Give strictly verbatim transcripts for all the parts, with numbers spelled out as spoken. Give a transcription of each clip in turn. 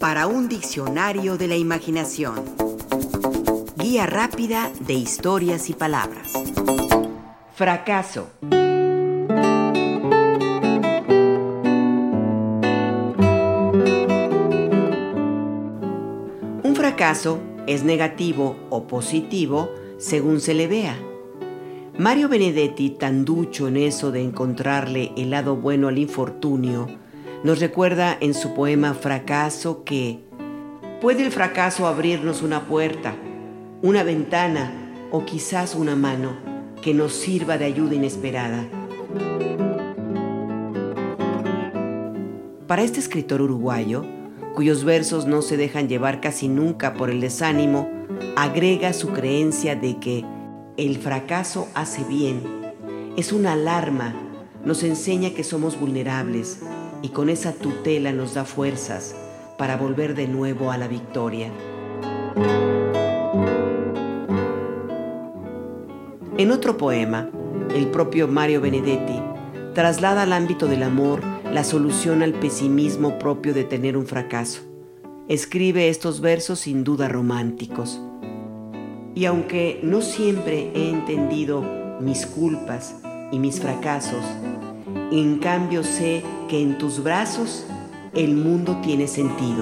para un diccionario de la imaginación. Guía rápida de historias y palabras. Fracaso. Un fracaso es negativo o positivo según se le vea. Mario Benedetti, tan ducho en eso de encontrarle el lado bueno al infortunio, nos recuerda en su poema Fracaso que puede el fracaso abrirnos una puerta, una ventana o quizás una mano que nos sirva de ayuda inesperada. Para este escritor uruguayo, cuyos versos no se dejan llevar casi nunca por el desánimo, agrega su creencia de que el fracaso hace bien, es una alarma, nos enseña que somos vulnerables y con esa tutela nos da fuerzas para volver de nuevo a la victoria. En otro poema, el propio Mario Benedetti traslada al ámbito del amor la solución al pesimismo propio de tener un fracaso. Escribe estos versos sin duda románticos. Y aunque no siempre he entendido mis culpas y mis fracasos, en cambio sé que en tus brazos el mundo tiene sentido.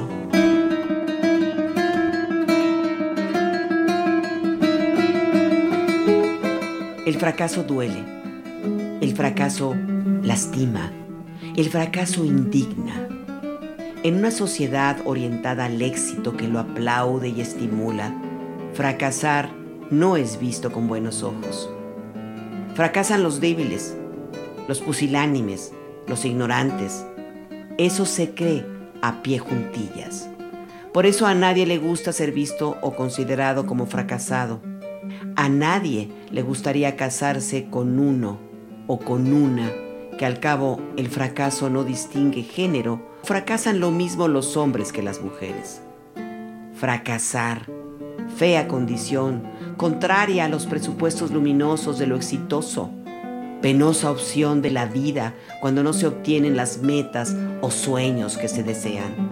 El fracaso duele, el fracaso lastima, el fracaso indigna. En una sociedad orientada al éxito que lo aplaude y estimula, fracasar no es visto con buenos ojos. Fracasan los débiles, los pusilánimes, los ignorantes. Eso se cree a pie juntillas. Por eso a nadie le gusta ser visto o considerado como fracasado. A nadie le gustaría casarse con uno o con una, que al cabo el fracaso no distingue género. Fracasan lo mismo los hombres que las mujeres. Fracasar, fea condición, contraria a los presupuestos luminosos de lo exitoso, penosa opción de la vida cuando no se obtienen las metas o sueños que se desean.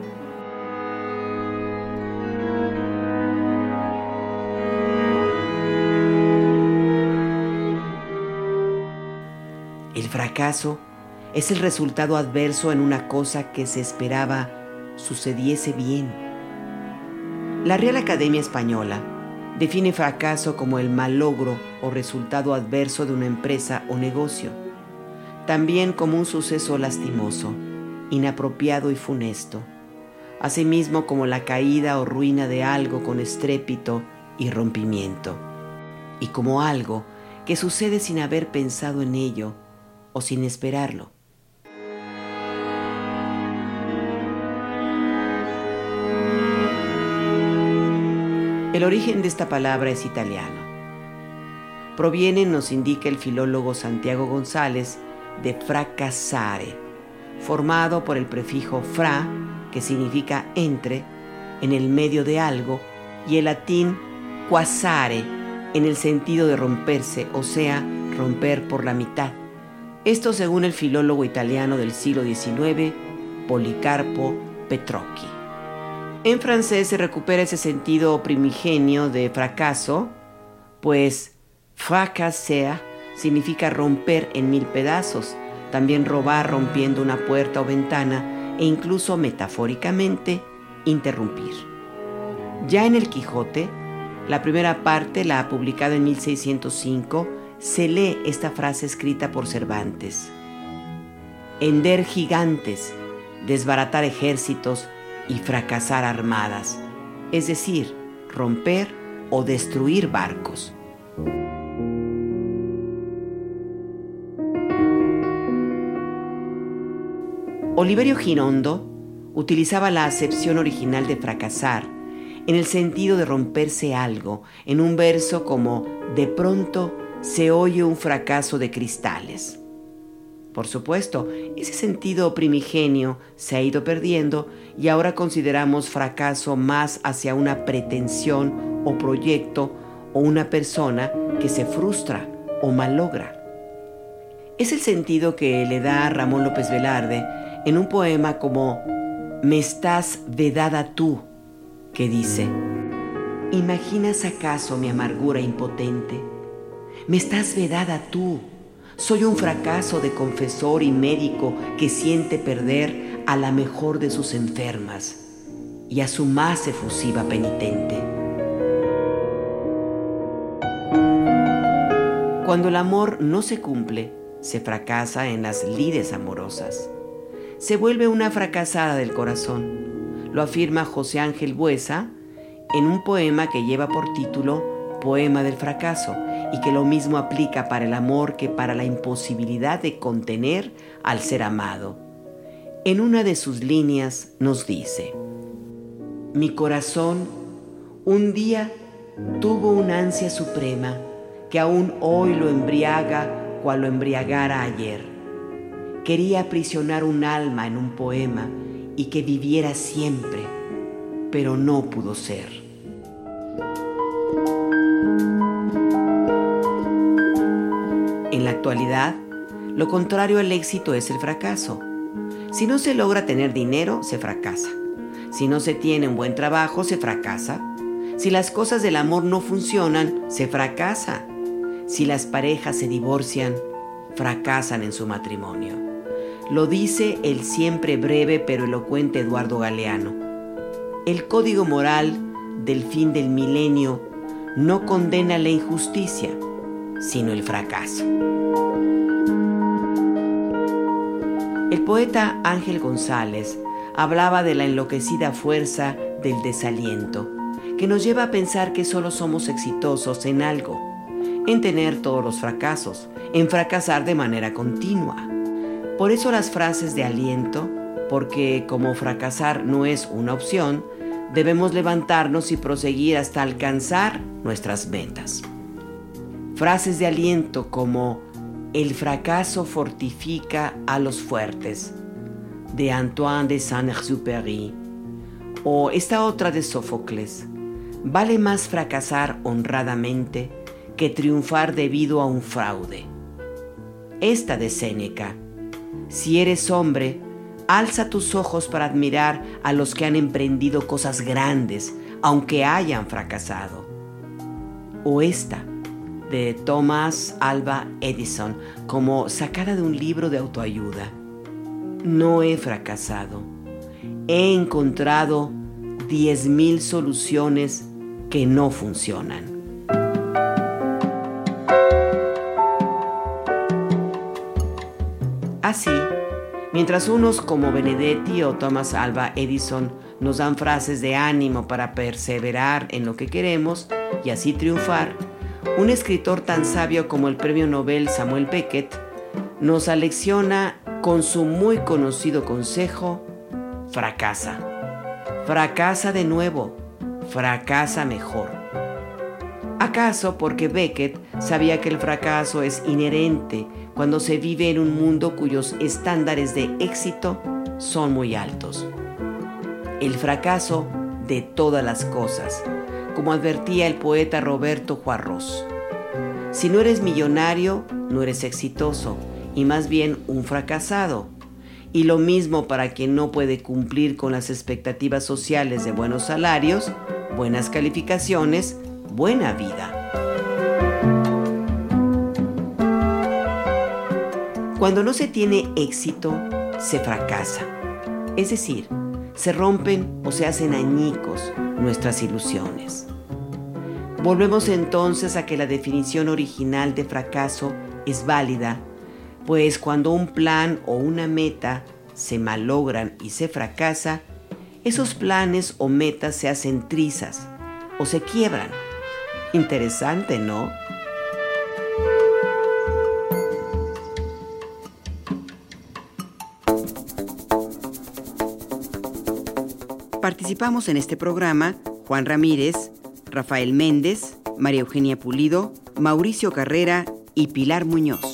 El fracaso es el resultado adverso en una cosa que se esperaba sucediese bien. La Real Academia Española define fracaso como el malogro o resultado adverso de una empresa o negocio, también como un suceso lastimoso, inapropiado y funesto, asimismo como la caída o ruina de algo con estrépito y rompimiento, y como algo que sucede sin haber pensado en ello o sin esperarlo. El origen de esta palabra es italiano. Proviene, nos indica el filólogo Santiago González, de fracassare, formado por el prefijo fra, que significa entre, en el medio de algo, y el latín quassare, en el sentido de romperse, o sea, romper por la mitad. Esto según el filólogo italiano del siglo diecinueve, Policarpo Petrocchi. En francés se recupera ese sentido primigenio de fracaso, pues fracasser significa romper en mil pedazos, también robar rompiendo una puerta o ventana e incluso metafóricamente interrumpir. Ya en el Quijote, la primera parte, la publicada en mil seiscientos cinco, se lee esta frase escrita por Cervantes: hender gigantes, desbaratar ejércitos y fracasar armadas, es decir, romper o destruir barcos. Oliverio Girondo utilizaba la acepción original de fracasar en el sentido de romperse algo, en un verso como de pronto se oye un fracaso de cristales. Por supuesto, ese sentido primigenio se ha ido perdiendo y ahora consideramos fracaso más hacia una pretensión o proyecto o una persona que se frustra o malogra. Es el sentido que le da Ramón López Velarde en un poema como Me estás vedada tú, que dice: ¿imaginas acaso mi amargura impotente? Me estás vedada tú. Soy un fracaso de confesor y médico que siente perder a la mejor de sus enfermas y a su más efusiva penitente. Cuando el amor no se cumple, se fracasa en las lides amorosas. Se vuelve una fracasada del corazón. Lo afirma José Ángel Buesa en un poema que lleva por título Poema del fracaso, y que lo mismo aplica para el amor que para la imposibilidad de contener al ser amado. En una de sus líneas nos dice: mi corazón un día tuvo una ansia suprema que aún hoy lo embriaga cual lo embriagara ayer. Quería aprisionar un alma en un poema y que viviera siempre, pero no pudo ser. En la actualidad, lo contrario al éxito es el fracaso. Si no se logra tener dinero, se fracasa. Si no se tiene un buen trabajo, se fracasa. Si las cosas del amor no funcionan, se fracasa. Si las parejas se divorcian, fracasan en su matrimonio. Lo dice el siempre breve pero elocuente Eduardo Galeano. El código moral del fin del milenio no condena la injusticia, sino el fracaso. El poeta Ángel González hablaba de la enloquecida fuerza del desaliento, que nos lleva a pensar que solo somos exitosos en algo, en tener todos los fracasos, en fracasar de manera continua. Por eso las frases de aliento, porque como fracasar no es una opción, debemos levantarnos y proseguir hasta alcanzar nuestras metas. Frases de aliento como el fracaso fortifica a los fuertes, de Antoine de Saint-Exupéry, o esta otra de Sófocles: vale más fracasar honradamente que triunfar debido a un fraude. Esta de Séneca: si eres hombre, alza tus ojos para admirar a los que han emprendido cosas grandes, aunque hayan fracasado. O esta de Thomas Alva Edison, como sacada de un libro de autoayuda: no he fracasado, he encontrado diez mil soluciones que no funcionan. Así, mientras unos como Benedetti o Thomas Alva Edison nos dan frases de ánimo para perseverar en lo que queremos y así triunfar, un escritor tan sabio como el premio Nobel Samuel Beckett nos alecciona con su muy conocido consejo: fracasa. Fracasa de nuevo, fracasa mejor. ¿Acaso porque Beckett sabía que el fracaso es inherente cuando se vive en un mundo cuyos estándares de éxito son muy altos? El fracaso de todas las cosas, como advertía el poeta Roberto Juarros. Si no eres millonario, no eres exitoso, y más bien un fracasado. Y lo mismo para quien no puede cumplir con las expectativas sociales de buenos salarios, buenas calificaciones, buena vida. Cuando no se tiene éxito, se fracasa. Es decir, se rompen o se hacen añicos nuestras ilusiones. Volvemos entonces a que la definición original de fracaso es válida, pues cuando un plan o una meta se malogran y se fracasa, esos planes o metas se hacen trizas o se quiebran. Interesante, ¿no? Participamos en este programa Juan Ramírez, Rafael Méndez, María Eugenia Pulido, Mauricio Carrera y Pilar Muñoz.